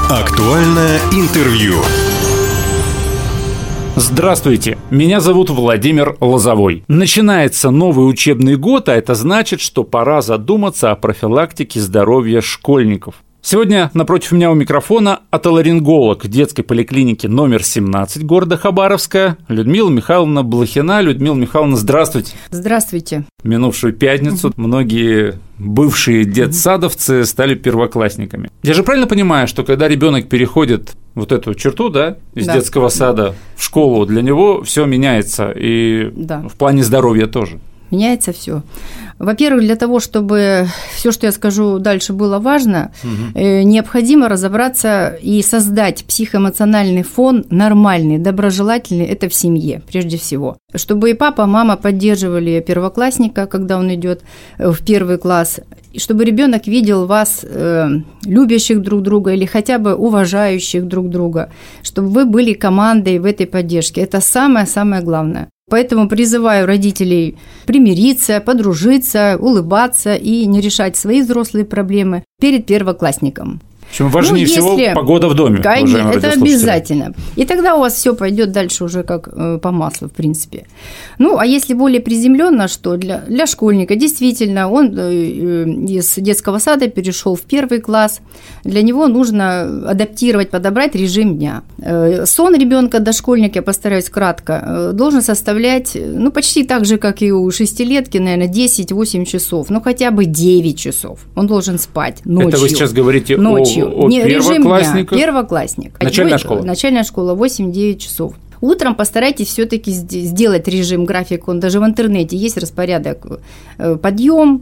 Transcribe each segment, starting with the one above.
Актуальное интервью. Здравствуйте, меня зовут Владимир Лозовой. Начинается новый учебный год, а это значит, что пора задуматься о профилактике здоровья школьников. Сегодня напротив меня у микрофона отоларинголог детской поликлиники номер 17 города Хабаровска Людмила Михайловна Блохина. Людмила Михайловна, здравствуйте. Здравствуйте. Минувшую пятницу многие бывшие детсадовцы стали первоклассниками. Я же правильно понимаю, что когда ребенок переходит вот эту черту, из детского сада в школу, для него все меняется, и в плане здоровья тоже? Меняется все. Во-первых, для того, чтобы все, что я скажу дальше, было важно, необходимо разобраться и создать психоэмоциональный фон нормальный, доброжелательный, это в семье, прежде всего. Чтобы и папа, мама поддерживали первоклассника, когда он идет в первый класс, и чтобы ребенок видел вас любящих друг друга или хотя бы уважающих друг друга, чтобы вы были командой в этой поддержке. Это самое-самое главное. Поэтому призываю родителей примириться, подружиться, улыбаться и не решать свои взрослые проблемы перед первоклассником. Чем важнее всего погода в доме. Конечно, это обязательно. И тогда у вас все пойдет дальше уже как по маслу, в принципе. А если более приземленно, что для школьника действительно он из детского сада перешел в первый класс, для него нужно адаптировать, подобрать режим дня. Сон ребенка дошкольника, я постараюсь кратко, должен составлять почти так же, как и у шестилетки, наверное, 10-8 часов, хотя бы 9 часов. Он должен спать ночью. Это вы сейчас говорите ночью. О первоклассниках? Первоклассник. Начальная школа? Начальная школа, 8-9 часов. Утром постарайтесь все-таки сделать режим, график, он даже в интернете есть распорядок. Подъем,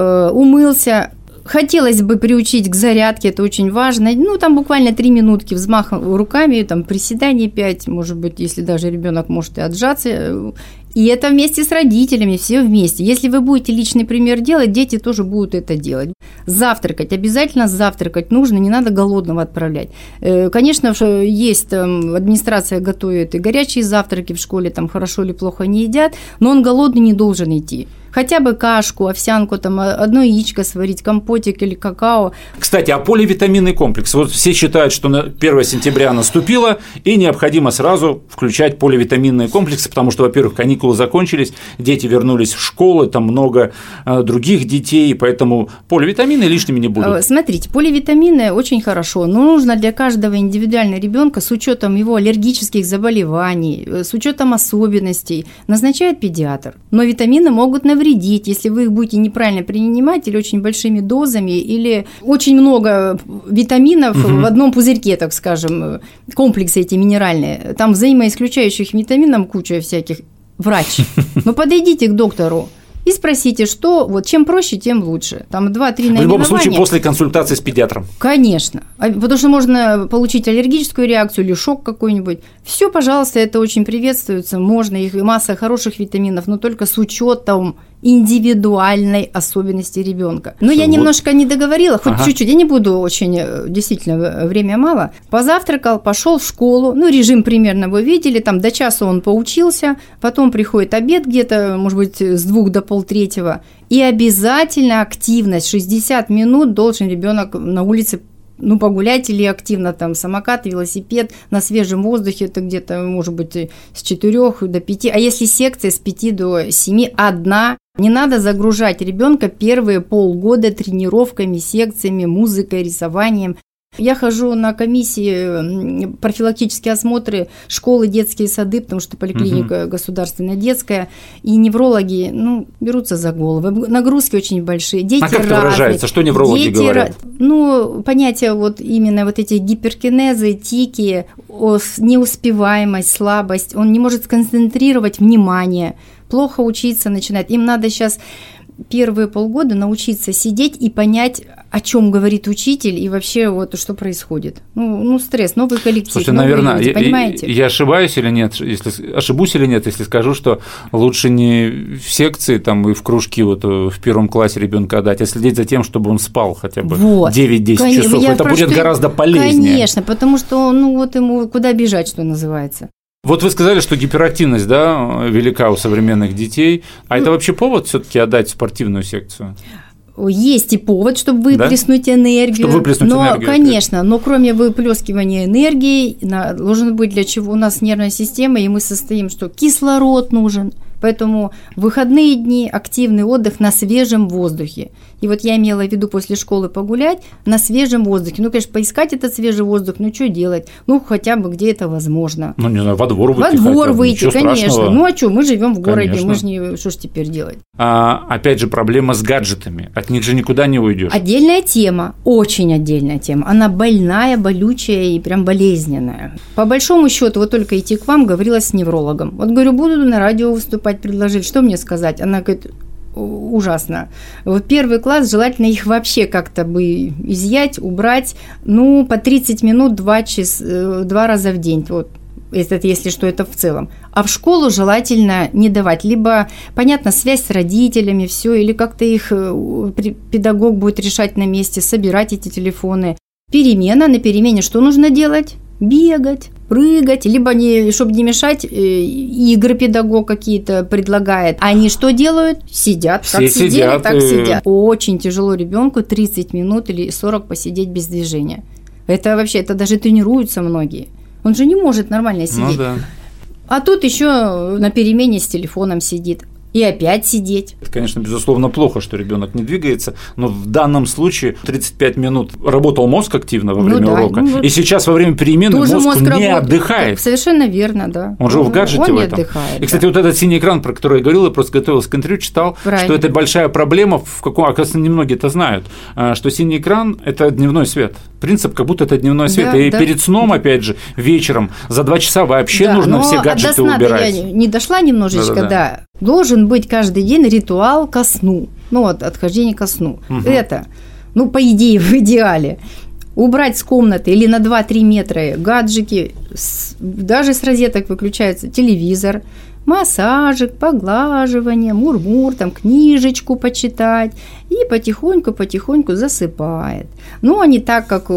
умылся. Хотелось бы приучить к зарядке, это очень важно. Там буквально 3 минутки, взмах руками, приседаний 5, может быть, если даже ребенок может и отжаться. И это вместе с родителями, все вместе. Если вы будете личный пример делать, дети тоже будут это делать. Завтракать, обязательно завтракать нужно, не надо голодного отправлять. Конечно, есть администрация готовит и горячие завтраки в школе, хорошо или плохо не едят, но он голодный не должен идти. Хотя бы кашку, овсянку, одно яичко сварить, компотик или какао. Кстати, а поливитаминный комплекс? Вот все считают, что 1 сентября наступило, и необходимо сразу включать поливитаминные комплексы, потому что, во-первых, каникулы закончились, дети вернулись в школу, там много других детей, поэтому поливитамины лишними не будут. Смотрите, поливитамины очень хорошо, но нужно для каждого индивидуально ребенка с учетом его аллергических заболеваний, с учетом особенностей, назначает педиатр. Но витамины могут навредить, если вы их будете неправильно принимать или очень большими дозами, или очень много витаминов в одном пузырьке, так скажем, комплексы эти минеральные. Там взаимоисключающих витаминов куча всяких. Врач. Подойдите к доктору и спросите, что чем проще, тем лучше. 2-3 наименования. В любом случае, после консультации с педиатром. Конечно. Потому что можно получить аллергическую реакцию или шок какой-нибудь. Все, пожалуйста, это очень приветствуется. Можно, их масса хороших витаминов, но только с учетом индивидуальной особенности ребенка. Но я немножко не договорила, хоть чуть-чуть, я не буду очень, действительно, время мало. Позавтракал, пошел в школу, режим примерно вы видели, до часа он поучился, потом приходит обед где-то, может быть, с 2 до полтретьего, и обязательно активность, 60 минут должен ребенок на улице погулять или активно самокат, велосипед на свежем воздухе, это где-то, может быть, с 4 до 5, а если секция с 5 до 7, одна. Не надо загружать ребенка первые полгода тренировками, секциями, музыкой, рисованием. Я хожу на комиссии, профилактические осмотры, школы, детские сады, потому что поликлиника государственная детская, и неврологи, берутся за головы. Нагрузки очень большие. Дети как это выражается? Что неврологи говорят? Понятие именно эти гиперкинезы, тики, неуспеваемость, слабость, он не может сконцентрировать внимание, плохо учиться начинает. Им надо сейчас первые полгода научиться сидеть и понять, о чем говорит учитель и вообще что происходит. Стресс, новый коллектив. Слушайте, наверное, люди, понимаете? Я ошибаюсь или нет, ошибусь или нет, если скажу, что лучше не в секции и в кружки в первом классе ребенка отдать, а следить за тем, чтобы он спал хотя бы 9-10 часов. Это будет гораздо полезнее. Конечно, потому что ему куда бежать, что называется. Вот вы сказали, что гиперактивность, велика у современных детей, а это вообще повод все-таки отдать в спортивную секцию? есть и повод, чтобы выплеснуть энергию. Чтобы выплеснуть энергию. Конечно, но кроме выплескивания энергии, должен быть для чего у нас нервная система, и мы состоим, что кислород нужен. Поэтому в выходные дни активный отдых на свежем воздухе. И вот я имела в виду после школы погулять на свежем воздухе. Ну, конечно, поискать этот свежий воздух, ну, что делать? Ну, хотя бы где это возможно. Ну, не знаю, во двор выйти. Во двор выйти, конечно. Страшного. Ну, а что, мы живем в городе, Конечно. мы же не... Что ж теперь делать? Опять же, проблема с гаджетами. От них же никуда не уйдешь. Отдельная тема, очень отдельная тема. Она больная, болючая и прям болезненная. По большому счету, вот только идти к вам, говорила с неврологом. Вот говорю, буду на радио выступать, предложили. Что мне сказать? Она говорит, ужасно. Вот 1 класс, желательно их вообще как-то бы изъять, убрать, ну, по 30 минут 2 раза в день. Вот. Это если что, это в целом. А в школу желательно не давать. Либо, понятно, связь с родителями, все, или как-то их педагог будет решать на месте, собирать эти телефоны. Перемена. На перемене что нужно делать? Бегать, прыгать, либо, чтобы не мешать, игры педагог какие-то предлагает. Они что делают? Сидят. Все как сидели, сидят, так сидят. Очень тяжело ребенку 30 минут или 40 посидеть без движения. Это вообще, это даже тренируются многие. Он же не может нормально сидеть. Ну, да. А тут еще на перемене с телефоном сидит. И опять сидеть. Это, конечно, безусловно, плохо, что ребенок не двигается, но в данном случае 35 минут работал мозг активно во время урока, и сейчас во время перемены мозг не отдыхает. Совершенно верно, да. Он же в гаджете он в этом. Отдыхает, и, кстати, вот этот синий экран, про который я говорил, я просто готовился к интервью, читал, что это большая проблема, оказывается, немногие это знают, что синий экран – это дневной свет. Принцип, как будто это дневной свет. И перед сном, опять же, вечером, за 2 часа вообще нужно все гаджеты убирать. Я не дошла немножечко, да. Должен быть каждый день ритуал ко сну. Ну, вот, отхождение ко сну. Это, ну, по идее, в идеале. Убрать с комнаты или на 2-3 метра гаджеты, даже с розеток выключается телевизор, массажик, поглаживание, мур-мур, там книжечку почитать, и потихоньку засыпает. Ну, а не так, как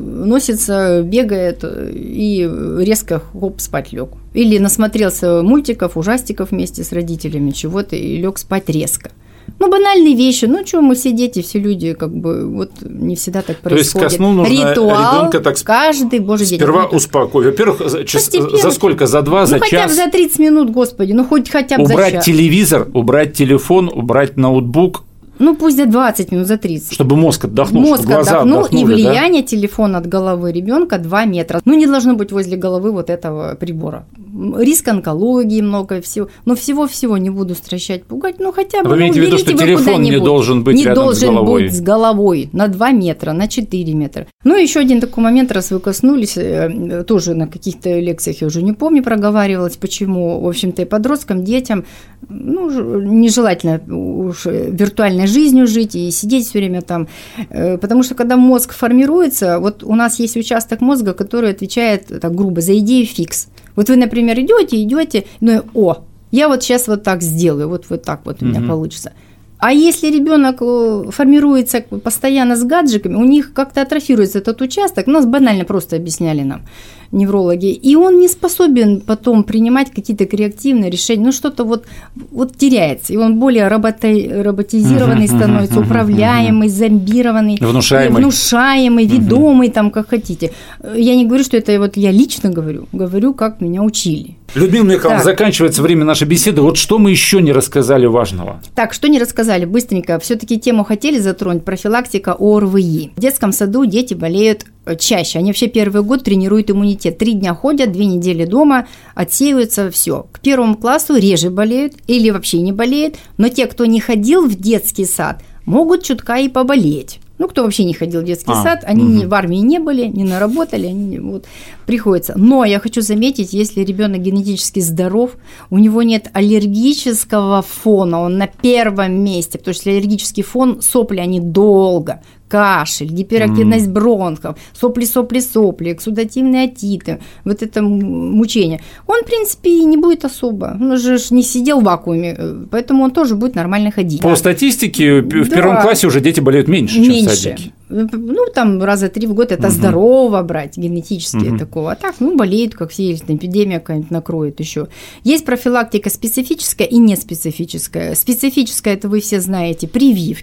носится, бегает и резко хоп, спать лег. Или насмотрелся мультиков, ужастиков вместе с родителями, чего-то, и лег спать резко. Ну, банальные вещи. Ну, что, мы все дети, все люди, как бы, вот не всегда так происходит. То есть ко сну нужно ребенка так каждый божий день. Сперва успокоить. Во-первых, за сколько? За 2, за час? Ну, хотя бы за 30 минут, господи, ну, хотя бы за час. Убрать телевизор, убрать телефон, убрать ноутбук. Ну, пусть за 20 минут, за 30. Чтобы мозг отдохнул, мозг чтобы глаза отдохнул, отдохнули, и влияние телефона от головы ребенка 2 метра. Ну, не должно быть возле головы вот этого прибора. Риск онкологии много всего. Но всего-всего не буду стращать, пугать. Ну, хотя бы, вы имеете в виду, что телефон не должен быть рядом с головой? Не должен быть с головой на 2 метра, на 4 метра. Ну, еще один такой момент, раз вы коснулись, тоже на каких-то лекциях, я уже не помню, проговаривалась, почему, в общем-то, и подросткам, детям, ну, нежелательно уж виртуальной жизнью жить и сидеть все время там, потому что когда мозг формируется, вот у нас есть участок мозга, который отвечает, так грубо, за идею фикс. Вот вы, например, идете, ну, я вот сейчас вот так сделаю, вот так вот у меня получится. А если ребенок формируется постоянно с гаджетами, у них как-то атрофируется этот участок, нас банально просто объясняли нам неврологи, и он не способен потом принимать какие-то креативные решения, ну что-то вот теряется, и он более роботизированный становится, управляемый, зомбированный, внушаемый, ведомый, там, как хотите. Я не говорю, что это вот я лично говорю, как меня учили. Людмила Михайловна, заканчивается время нашей беседы. Вот что мы еще не рассказали важного? Так, что не рассказали? Быстренько. Все-таки тему хотели затронуть. Профилактика ОРВИ. В детском саду дети болеют чаще. Они вообще первый год тренируют иммунитет. 3 дня ходят, 2 недели дома, отсеиваются, все. К 1 классу реже болеют или вообще не болеют. Но те, кто не ходил в детский сад, могут чутка и поболеть. Ну, кто вообще не ходил в детский сад, они в армии не были, не наработали, они вот приходится. Но я хочу заметить, если ребенок генетически здоров, у него нет аллергического фона, он на первом месте, потому что аллергический фон, сопли, они долго, кашель, гиперактивность бронхов, сопли, эксудативные отиты, вот это мучение. Он, в принципе, и не будет особо, он же не сидел в вакууме, поэтому он тоже будет нормально ходить. По статистике, в 1 классе уже дети болеют меньше, чем в садике. Ну, там раза 3 в год это здорово брать, генетически такого. А так, болеют, как все, если эпидемия какая-нибудь накроет еще. Есть профилактика специфическая и неспецифическая. Специфическая, это вы все знаете, прививки.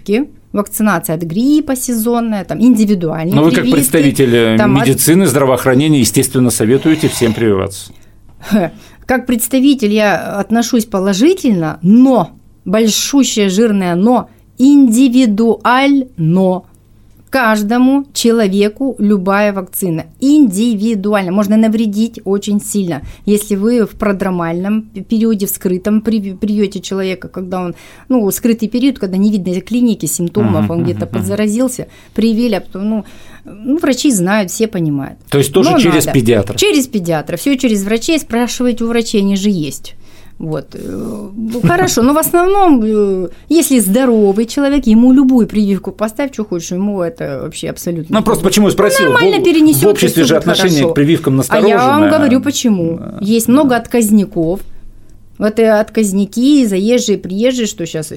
вакцинация от гриппа сезонная, там индивидуальные Но вы прививки. как представитель медицины, здравоохранения, естественно, советуете всем прививаться. Как представитель я отношусь положительно, но, большущее жирное но, индивидуально. Каждому человеку любая вакцина индивидуально. Можно навредить очень сильно, если вы в продромальном периоде, в скрытом привьете человека, когда он, скрытый период, когда не видно клиники, симптомов, он где-то подзаразился, привили, а потом, врачи знают, все понимают. То есть тоже через педиатра? Через педиатра, все через врачей, спрашивайте у врачей, они же есть. Вот. Хорошо, но в основном, если здоровый человек, ему любую прививку поставь, что хочешь, ему это вообще абсолютно... Просто почему я спросил, нормально перенесет, в обществе же отношение к прививкам настороженное. А я вам говорю, почему. Есть много отказников. Это отказники, заезжие, приезжие, что сейчас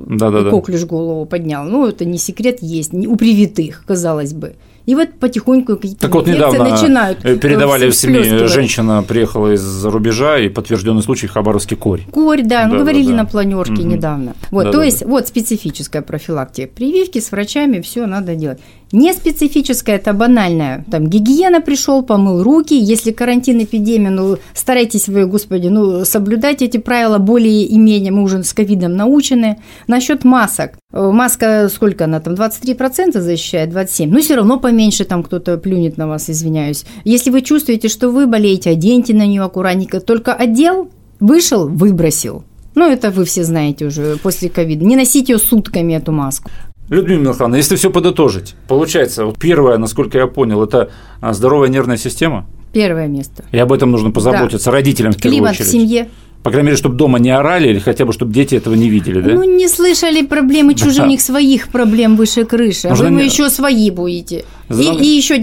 коклюш голову поднял. Это не секрет, есть у привитых, казалось бы. И вот потихоньку какие-то инфекции начинают. Передавали в СМИ, женщина приехала из-за рубежа, и подтвержденный случай в Хабаровске корь. Корь, да, говорили на планерке недавно. То есть специфическая профилактика. Прививки с врачами, все надо делать. Не специфическая, это банальная. Там гигиена, пришел, помыл руки. Если карантин, эпидемия, старайтесь вы, господи, соблюдать эти правила более-менее. Мы уже с ковидом научены. Насчет масок. Маска, сколько она там, 23% защищает, 27%. Все равно поменьше там кто-то плюнет на вас, извиняюсь. Если вы чувствуете, что вы болеете, оденьте на нее аккуратненько. Только одел, вышел, выбросил. Это вы все знаете уже после ковида. Не носите ее сутками, эту маску. Людмила Михайловна, если все подытожить, получается, первое, насколько я понял, это здоровая нервная система? Первое место. И об этом нужно позаботиться родителям в первую очередь. Климат в семье. По крайней мере, чтобы дома не орали или хотя бы, чтобы дети этого не видели, да? Не слышали проблемы чужих, у них своих проблем выше крыши, а вы еще свои будете. И еще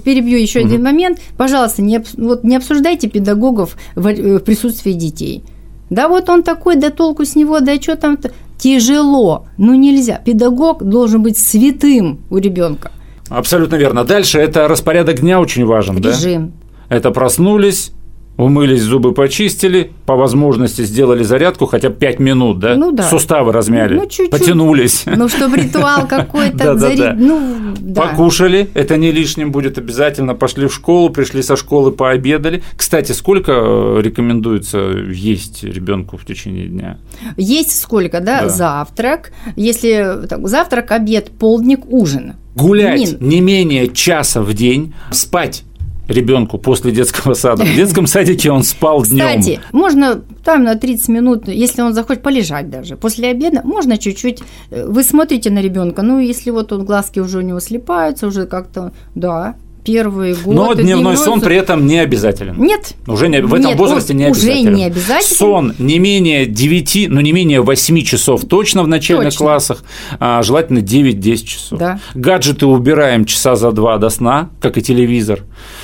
один момент. Пожалуйста, не обсуждайте педагогов в присутствии детей. Да вот он такой, да толку с него, да что там-то. Тяжело, нельзя. Педагог должен быть святым у ребенка. Абсолютно верно. Дальше это распорядок дня очень важен, режим. Да? Это проснулись, умылись, зубы почистили, по возможности сделали зарядку хотя бы 5 минут, да? Суставы размяли, чуть-чуть. потянулись. Чтобы ритуал какой-то Покушали, это не лишним будет обязательно. Пошли в школу, пришли со школы, пообедали. Кстати, сколько рекомендуется есть ребенку в течение дня? Есть сколько, да? Завтрак. Если завтрак, обед, полдник, ужин. Гулять не менее часа в день, спать ребенку после детского сада. В детском садике он спал днем. Кстати, можно там на 30 минут, если он захочет полежать даже. После обеда можно чуть-чуть. Вы смотрите на ребенка, если он глазки уже у него слипаются, уже как-то, первый год. Но дневной сон при этом не обязателен. Нет. Уже в этом возрасте не обязателен. Уже не обязательно. Сон не менее 9, не менее 8 часов точно в начальных классах, желательно 9-10 часов. Да. Гаджеты убираем часа за 2 до сна, как и телевизор.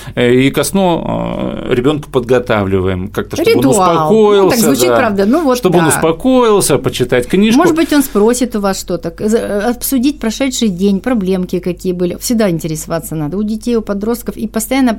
И ко сну ребенка подготавливаем как-то, чтобы он успокоился. Так звучит, правда. Чтобы он успокоился, почитать книжку. Может быть, он спросит у вас что-то, обсудить прошедший день, проблемки какие были. Всегда интересоваться надо. У детей, у подростков, и постоянно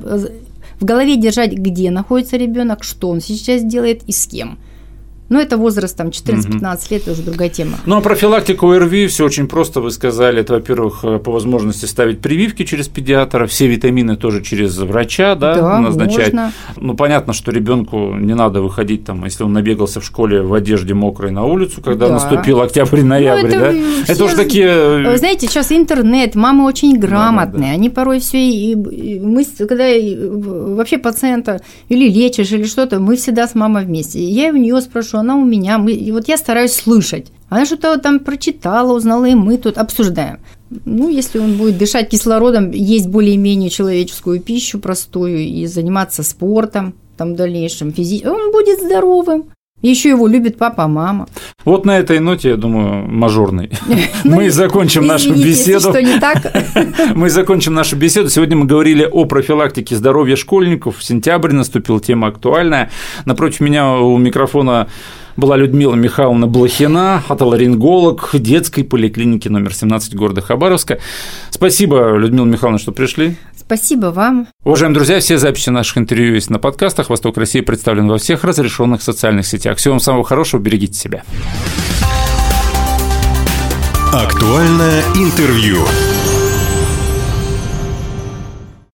в голове держать, где находится ребенок, что он сейчас делает и с кем. Это возраст 14-15 лет, это уже другая тема. А профилактика ОРВИ, все очень просто, вы сказали. Это, во-первых, по возможности ставить прививки через педиатра, все витамины тоже через врача, назначать. Можно. Понятно, что ребенку не надо выходить, если он набегался в школе в одежде мокрой на улицу, когда наступил октябрь-ноябрь, это уже такие... Знаете, сейчас интернет, мамы очень грамотные, они порой все, и мы, когда вообще пациента или лечишь, или что-то, мы всегда с мамой вместе. Я у нее спрошу, она у меня, и я стараюсь слышать. Она что-то там прочитала, узнала, и мы тут обсуждаем. Если он будет дышать кислородом, есть более-менее человеческую пищу простую и заниматься спортом, в дальнейшем он будет здоровым. Еще его любит папа, мама. Вот на этой ноте, я думаю, мажорной, мы закончим нашу беседу. Что не так. Мы закончим нашу беседу. Сегодня мы говорили о профилактике здоровья школьников. Сентябрь наступил, тема актуальная. Напротив меня у микрофона была Людмила Михайловна Блохина, отоларинголог детской поликлиники номер 17 города Хабаровска. Спасибо, Людмила Михайловна, что пришли. Спасибо вам. Уважаемые друзья, все записи наших интервью есть на подкастах. «Восток России» представлен во всех разрешенных социальных сетях. Всего вам самого хорошего, берегите себя. Актуальное интервью.